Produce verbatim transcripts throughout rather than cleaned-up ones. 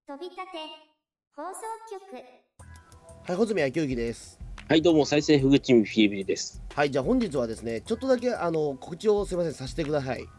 飛び立て放送局。 はい、穂積昭之です。 はい、どうも再生ふぐチームフィービリです。 はい、じゃあ本日はですね、ちょっとだけあの告知をすいませんさせてください。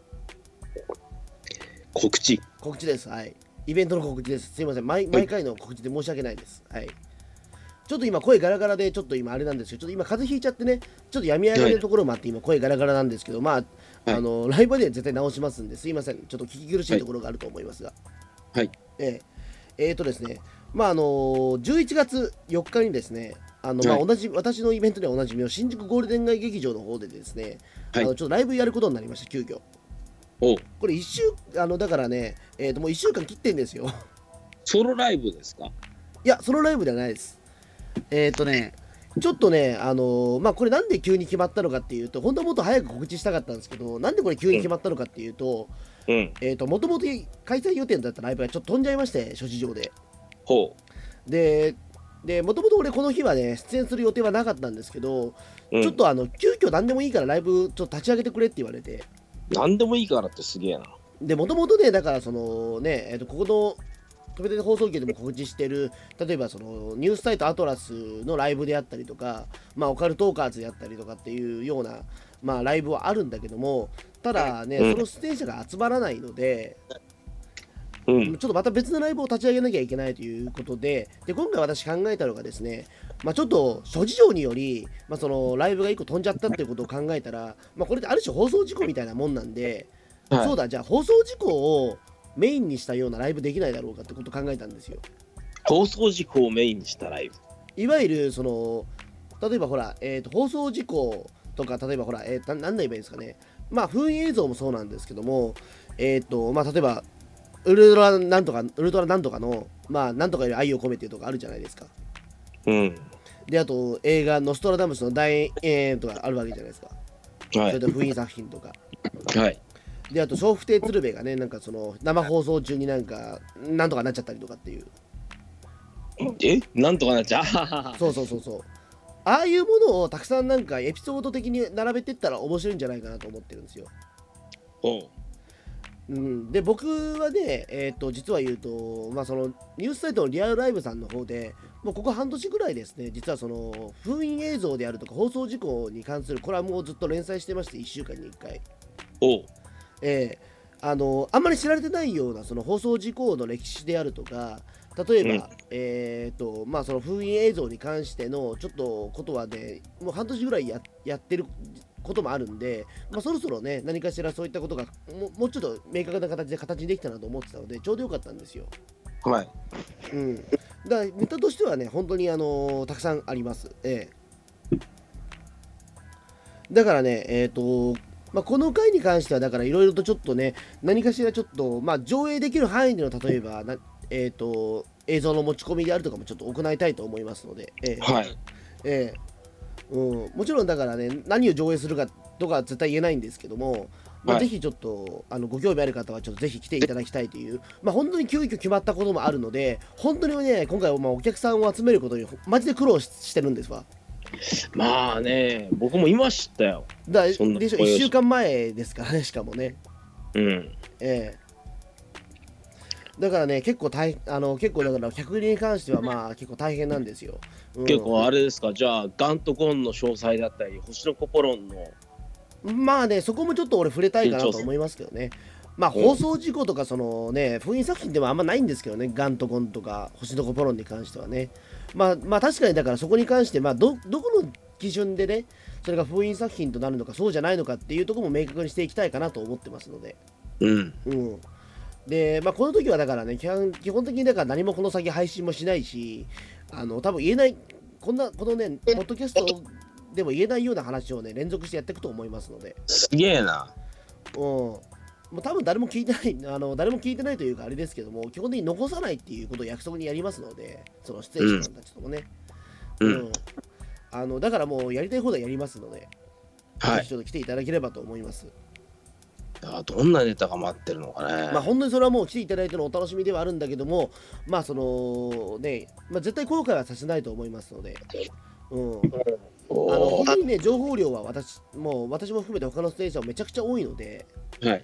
告知告知です。はい、イベントの告知です。すいません、毎毎回の告知で申し訳ないです。はい、ちょっと今声ガラガラでちょっと今あれなんですよ。ちょっと今風邪ひいちゃってね、ちょっと病み上がりのところもあって今声ガラガラなんですけど、まあ、はい、あのライブでは絶対直しますんで、すいません、ちょっと聞き苦しいところがあると思いますが、 はい、 えー、えーとですね、まああのじゅういちがつよっかにですね、あのまあ同じ、はい、私のイベントではおなじみの新宿ゴールデン街劇場の方でですね、はい、あのちょっとライブやることになりました、急遽。 おこれいっしゅうあのだからね、えー、ともういっしゅうかん切ってんですよ。 ソロライブですか？ いや、ソロライブではないです。えっ、ー、とね、ちょっとね、あのー、まあこれなんで急に決まったのかっていうと、本当はもっと早く告知したかったんですけど、なんでこれ急に決まったのかっていうと、うん、えっ、ー、と、もともと開催予定だったライブがちょっと飛んじゃいまして、諸事情で。 ほう。で、で、もともと俺この日はね、出演する予定はなかったんですけど、うん、ちょっとあの、急遽何でもいいからライブちょっと立ち上げてくれって言われて。 何でもいいからってすげえな。 で、もともとね、だからそのね、えー、とここの、飛び出て放送局でも告知してる、例えばそのニュースサイトアトラスのライブであったりとか、まあ、オカルトーカーズであったりとかっていうような、まあ、ライブはあるんだけども、ただね、うん、その出演者が集まらないので、うん、ちょっとまた別のライブを立ち上げなきゃいけないということで、で今回私考えたのがですね、まあ、ちょっと諸事情により、まあ、そのライブがいっこ飛んじゃったっていうことを考えたら、まあ、これってある種放送事故みたいなもんなんで、はい、そうだ、じゃあ放送事故をメインにしたようなライブできないだろうかってことを考えたんですよ。 放送事故をメインにしたライブ。 いわゆるその例えばほら、えー、と放送事故とか、例えばほら、えー、何の言えばいいんですかね、まあ封印映像もそうなんですけども、えっ、ー、とまあ例えばウルトラなんとかウルトラなんとかのまあなんとかより愛を込めていうとかあるじゃないですか。 うん。 であと映画ノストラダムスの大円とかあるわけじゃないですか。はい。それと封印作品とか。 はい。 であと笑福亭鶴瓶がね、なんかその生放送中になんかなんとかなっちゃったりとかっていう。 えなんとかなっちゃうそうそうそうそう。ああいうものをたくさんなんかエピソード的に並べていったら面白いんじゃないかなと思ってるんですよ。 おう。 うん、で僕はね、えー、と実は言うと、まあ、そのニュースサイトのリアルライブさんの方でもうここ半年ぐらいですね、実はその封印映像であるとか放送事故に関するコラムをずっと連載してまして、いっしゅうかんにいっかい。 おう。 えー、あのあんまり知られてないようなその放送事故の歴史であるとか、例えば、うん、えーとまあ、その封印映像に関してのちょっとことはね、もう半年ぐらい や, やってることもあるんで、まあ、そろそろね、何かしらそういったことがももうちょっと明確な形で形にできたなと思ってたので、ちょうどよかったんですよ。 はい。 うん。だからネタとしてはね、本当にあのー、たくさんあります。ええ。だからね、えっ、ー、とまあ、この回に関してはだからいろいろとちょっとね、何かしらちょっと、まあ、上映できる範囲での例えばな、えー、と映像の持ち込みであるとかもちょっと行いたいと思いますので、えーはいえーうん、もちろんだからね、何を上映するかとかは絶対言えないんですけども、まあはい、ぜひちょっとあのご興味ある方はちょっとぜひ来ていただきたいという、まあ、本当に急遽決まったこともあるので、本当にね、今回はまあお客さんを集めることにマジで苦労 し, してるんですわ。 まあね、僕も今知ったよ。 だでしょ、いっしゅうかんまえですからね、しかもね。 うん。 ええー、だからね、結構大あの結構だから客入りに関してはまあ結構大変なんですよ。 うん、結構あれですか、じゃあガンとゴンの詳細だったり、星のコポロンの。 まあね、そこもちょっと俺触れたいかなと思いますけどね。まあ放送事故とかそのね、封印作品でもあんまないんですけどね、ガンとゴンとか星のコポロンに関してはね。まあまあ確かにだからそこに関して、まあど、どこの基準でね、それが封印作品となるのかそうじゃないのかっていうところも明確にしていきたいかなと思ってますので。 うん。 うん。で、まあこの時はだからね、基本基本的にだから何もこの先配信もしないし、あの、多分言えない、こんな、このね、ポッドキャストでも言えないような話をね、連続してやっていくと思いますので。 すげえな。 うん。もう多分誰も聞いてない、あの誰も聞いてないというかあれですけども、基本的に残さないっていうことを約束にやりますので、その出演者さんたちともね。うん。うん、あのだからもうやりたい放題やりますので、はい、ぜひちょっと来ていただければと思います。 あ、どんなネタが待ってるのかね。 まあ本当にそれはもう来ていただいてのお楽しみではあるんだけども、まあそのね、まあ、絶対後悔はさせないと思いますので、うん。あの本当にね、情報量は私もう私も含めて他の出演者もめちゃくちゃ多いので、 はい。 う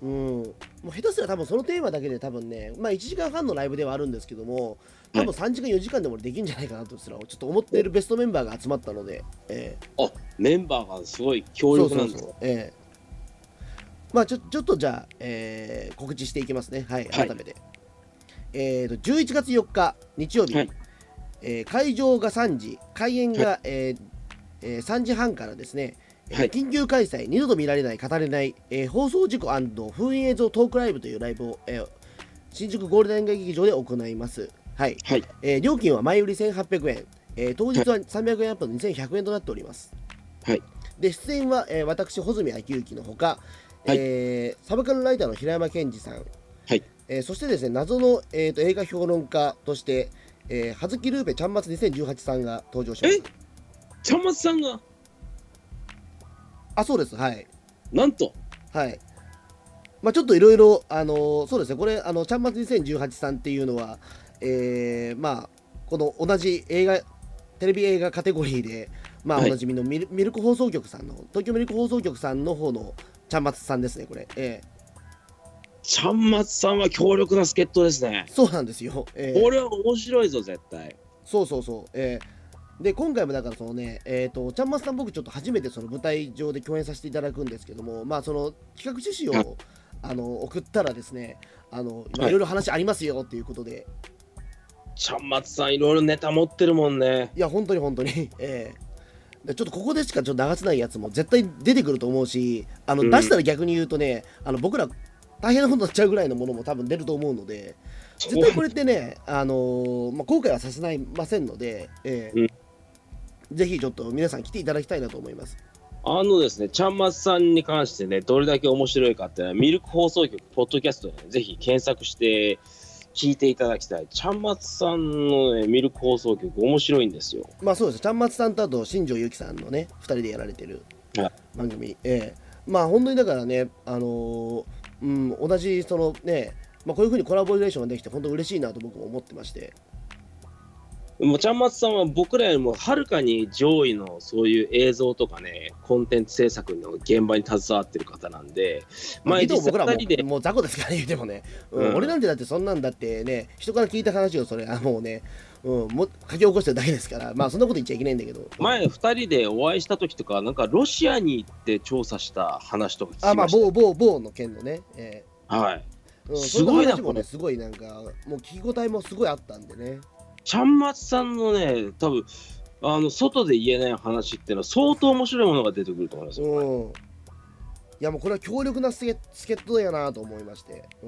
うん、もう下手すら多分そのテーマだけで多分ね、まあいちじかんはんのライブではあるんですけども、多分さんじかんよじかんでもできるんじゃないかなとすらちょっと思っているベストメンバーが集まったので、えあ、メンバーがすごい強ー、そう力なんですそうそう、えー、まあちょちょっとじゃあ、えー、告知していきますね。はい、改めて、はい、えーとじゅういちがつよっか日曜日、はい、えー、会場がさんじ、開演が、はい、えーえー、さんじはんからですね、はい、緊急開催、二度と見られない語れない、えー、放送事故&封印映像トークライブというライブを、えー、新宿ゴールデン街劇場で行います。はい、はい、えー、料金は前売りせんはっぴゃくえん、えー、当日はさんびゃくえんアップのにせんひゃくえんとなっております。はい、で出演は、えー、私、穂積昭之のほか、はい、えー、サブカルライターの平山健二さん、はい、えー、そしてですね、謎の、えー、と映画評論家として、えー、葉月ルーペちゃんまつにせんじゅうはちさんが登場します。 えちゃんまつさんがあ、そうです、はい。 なんと、 はい。まあ、ちょっといろいろ、あのー、そうですね、これ、あのちゃんまつにせんじゅうはちさんっていうのは、えー、まあ、この同じ映画、テレビ映画カテゴリーで、まあ、おなじみのミル、はい、ミルク放送局さんの、東京ミルク放送局さんの方のちゃんまつさんですね、これ。えーちゃんまつさんは強力な助っ人ですね。 そうなんですよ。えー、これは面白いぞ、絶対。 そうそうそう。えー、で、今回もだから、そのね、えっ、ー、と、ちゃんまつさん、僕、ちょっと初めてその舞台上で共演させていただくんですけども、まあ、その企画趣旨をあの送ったらですね、あのいろいろ話ありますよっていうことで。 ちゃんまつさん、いろいろネタ持ってるもんね。 いや、本当に本当に。えー、でちょっとここでしかちょっと流せないやつも絶対出てくると思うし、あの、うん、出したら逆に言うとね、あの僕ら、大変なことになっちゃうぐらいのものも多分出ると思うので、絶対これってね、あのーまあ、後悔はさせないませんので、えーうん、ぜひちょっと皆さん来ていただきたいなと思います。 あのですね、ちゃんまつさんに関してね、どれだけ面白いかっていうのは、ミルク放送局、ポッドキャストで、ね、ぜひ検索して聞いていただきたい。ちゃんまつさんの、ね、ミルク放送局、面白いんですよ。 まあそうです、ちゃんまつさんとあと新庄由紀さんのね、ふたりでやられてる番組、はい、えー、まあ本当にだからね、あのーうん、同じそのね、まあ、こういう風にコラボレーションができて本当嬉しいなと僕も思ってまして、 もうちゃんまつさんは僕らよりもはるかに上位のそういう映像とかねコンテンツ制作の現場に携わってる方なんで、 まあ、実際僕らももう雑魚ですからね、言うてもね、うんうん、俺なんてだってそんなんだってね、人から聞いた話をそれあもうね、うん、も書き起こしてるだけですから、まあそんなこと言っちゃいけないんだけど、 前ふたりでお会いした時とかなんかロシアに行って調査した話とか聞きました。あ、まあ某某某の件のね、えー、はい、 うん、すごいな、もね、すごいなんかもう聞き応えもすごいあったんでね。 ちゃんまつさんのね、多分あの外で言えない話っていうのは相当面白いものが出てくると思いますよ。うん、いやもうこれは強力な助っ人やなと思いまして、うん、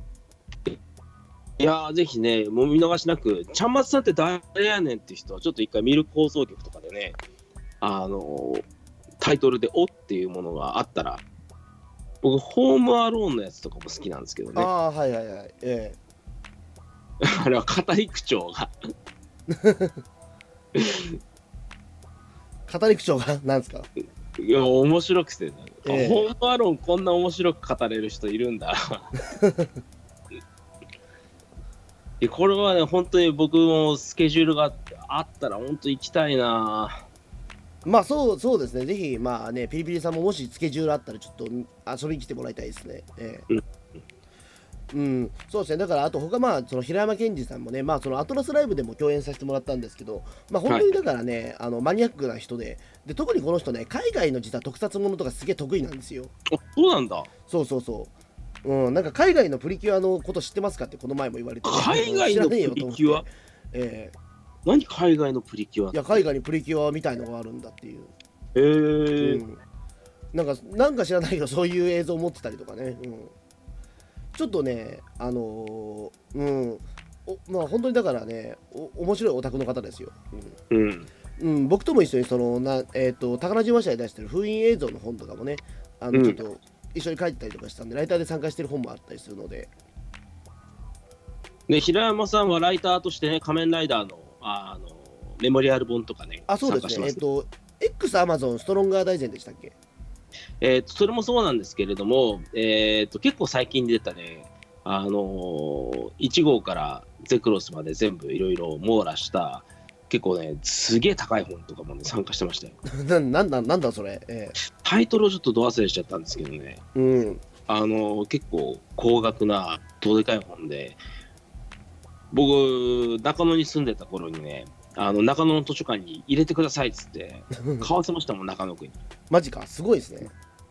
いやーぜひね、もう見逃しなく、ちゃんまつさんって誰やねんっていう人はちょっと一回ミルク放送局とかでね、あのー、タイトルで「お」っていうものがあったら、僕ホームアローンのやつとかも好きなんですけどね。 ああはいはいはい、ええあれは語り口調が語り口調がなんですか。 いや面白くて、ね、えー、ホームアローンこんな面白く語れる人いるんだこれはね本当に僕もスケジュールがあったら本当行きたいな。 まあそうそうですね、ぜひまあねピリピリさんももしスケジュールあったらちょっと遊びに来てもらいたいですね。えーうんうん、そうですね、だからあと他まあその平山健二さんもね、まあそのアトラスライブでも共演させてもらったんですけど、まあ本当にだからね、はい、あのマニアックな人で、で特にこの人ね、海外の実は特撮ものとかすげえ得意なんですよ。 あ、そうなんだ。 そうそうそう、うん、なんか海外のプリキュアのこと知ってますかってこの前も言われて、 海外のプリキュア、えー、何海外のプリキュア？ いや海外にプリキュアみたいのがあるんだっていう。 へえー、 うん、なんかなんか知らないけどそういう映像を持ってたりとかね。うん、ちょっとね、あのー、うん、まあ本当にだからね、お面白いオタクの方ですよ。うん、うんうん、僕とも一緒にそのな、えーと、宝島社で出してる封印映像の本とかもね、あのちょっと一緒に書いてたりとかしたんで、ライターで参加してる本もあったりするので。 で平山さんはライターとしてね、仮面ライダーの、あのメモリアル本とかね、 あ、そうですね、えっ、ー、と、X アマゾンストロンガー大全でしたっけ？ えー、とそれもそうなんですけれども、えー、と結構最近出たね、あのー、いち号からゼクロスまで全部いろいろ網羅した結構ねすげえ高い本とかもね参加してましたよ。 な, なんだなんだそれ、えー、 タイトルをちょっとど忘れしちゃったんですけどね、 うん、 あの結構高額などでかい本で、僕中野に住んでた頃にね、あの中野の図書館に入れてくださいっつって買わせましたもん中野区に。 マジか、すごいですね。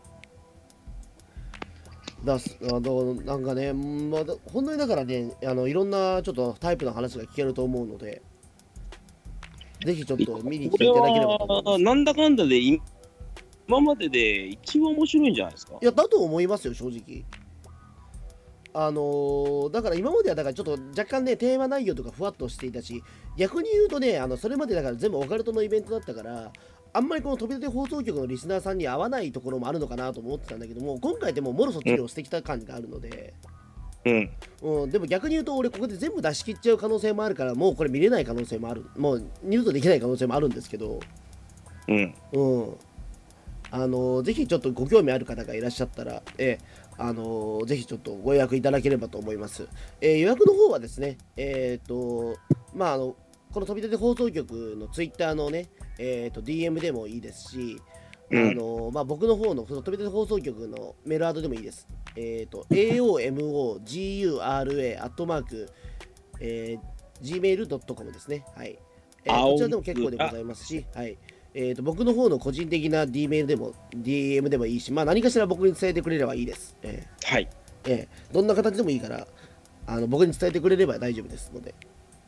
だすあのなんかね、まあ、だ本当にだからね、あのいろんなちょっとタイプの話が聞けると思うので、ぜひちょっと見に来ていただければと思います。 なんだかんだで今までで一番面白いんじゃないですか。 いや、だと思いますよ、正直。あのーだから今まではだからちょっと若干ね、テーマ内容とかふわっとしていたし、逆に言うとね、あのそれまでだから全部オカルトのイベントだったから、あんまりこの飛び出て放送局のリスナーさんに合わないところもあるのかなと思ってたんだけども、今回でももろそっちに押してきた感があるので、 うんうん、でも逆に言うと俺ここで全部出し切っちゃう可能性もあるから、もうこれ見れない可能性もある、もう二度とできない可能性もあるんですけど、 うんうん、あのぜひちょっとご興味ある方がいらっしゃったら、えあのぜひちょっとご予約いただければと思います。えー予約の方はですね、えっ、とまああのこの飛び出て放送局のツイッターのね、えー、と ディーエム でもいいですし、 うんあのまあ、僕の方のその飛び出て放送局のメールアドでもいいです。えっ、と エーオーエムオージーユーアールエー アットマーク、えー、ジーメールドットコム ですね。はい。えーこちらでも結構でございますし、はい。えー、と僕の方の個人的な D メールでも ディーエム でもいいし、まあ、何かしら僕に伝えてくれればいいです。えーはいえーどんな形でもいいからあの僕に伝えてくれれば大丈夫ですので、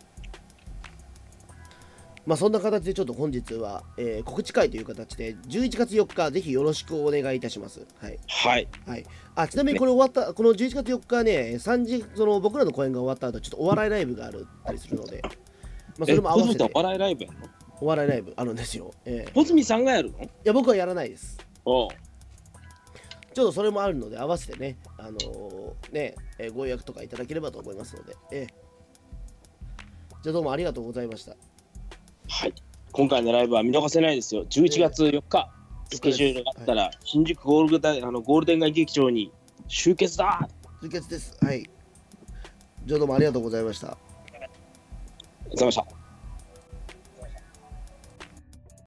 まあそんな形でちょっと本日は、えー告知会という形でじゅういちがつよっかぜひよろしくお願いいたします。はい。 はいはい、あちなみにこれ終わった、このじゅういちがつよっかね、さんじその僕らの公演が終わった後ちょっとお笑いライブがあるったりするので、まあ、そえれも合わせて穂積さんお笑いライブやんの。 お笑いライブあるんですよ。えーい穂積さんがやるの。 や僕はやらないです。 おうちょっとそれもあるので合わせてね、あのーね、えーご予約とかいただければと思いますので、えーじゃあどうもありがとうございました。 はい今回のライブは見逃せないですよ。じゅういちがつよっか、 えースケジュールがあったら、新宿ゴールデンあのゴールデン街劇場に集結だ。 終結です。はい。じゃあどうもありがとうございました。 ありがとうございました。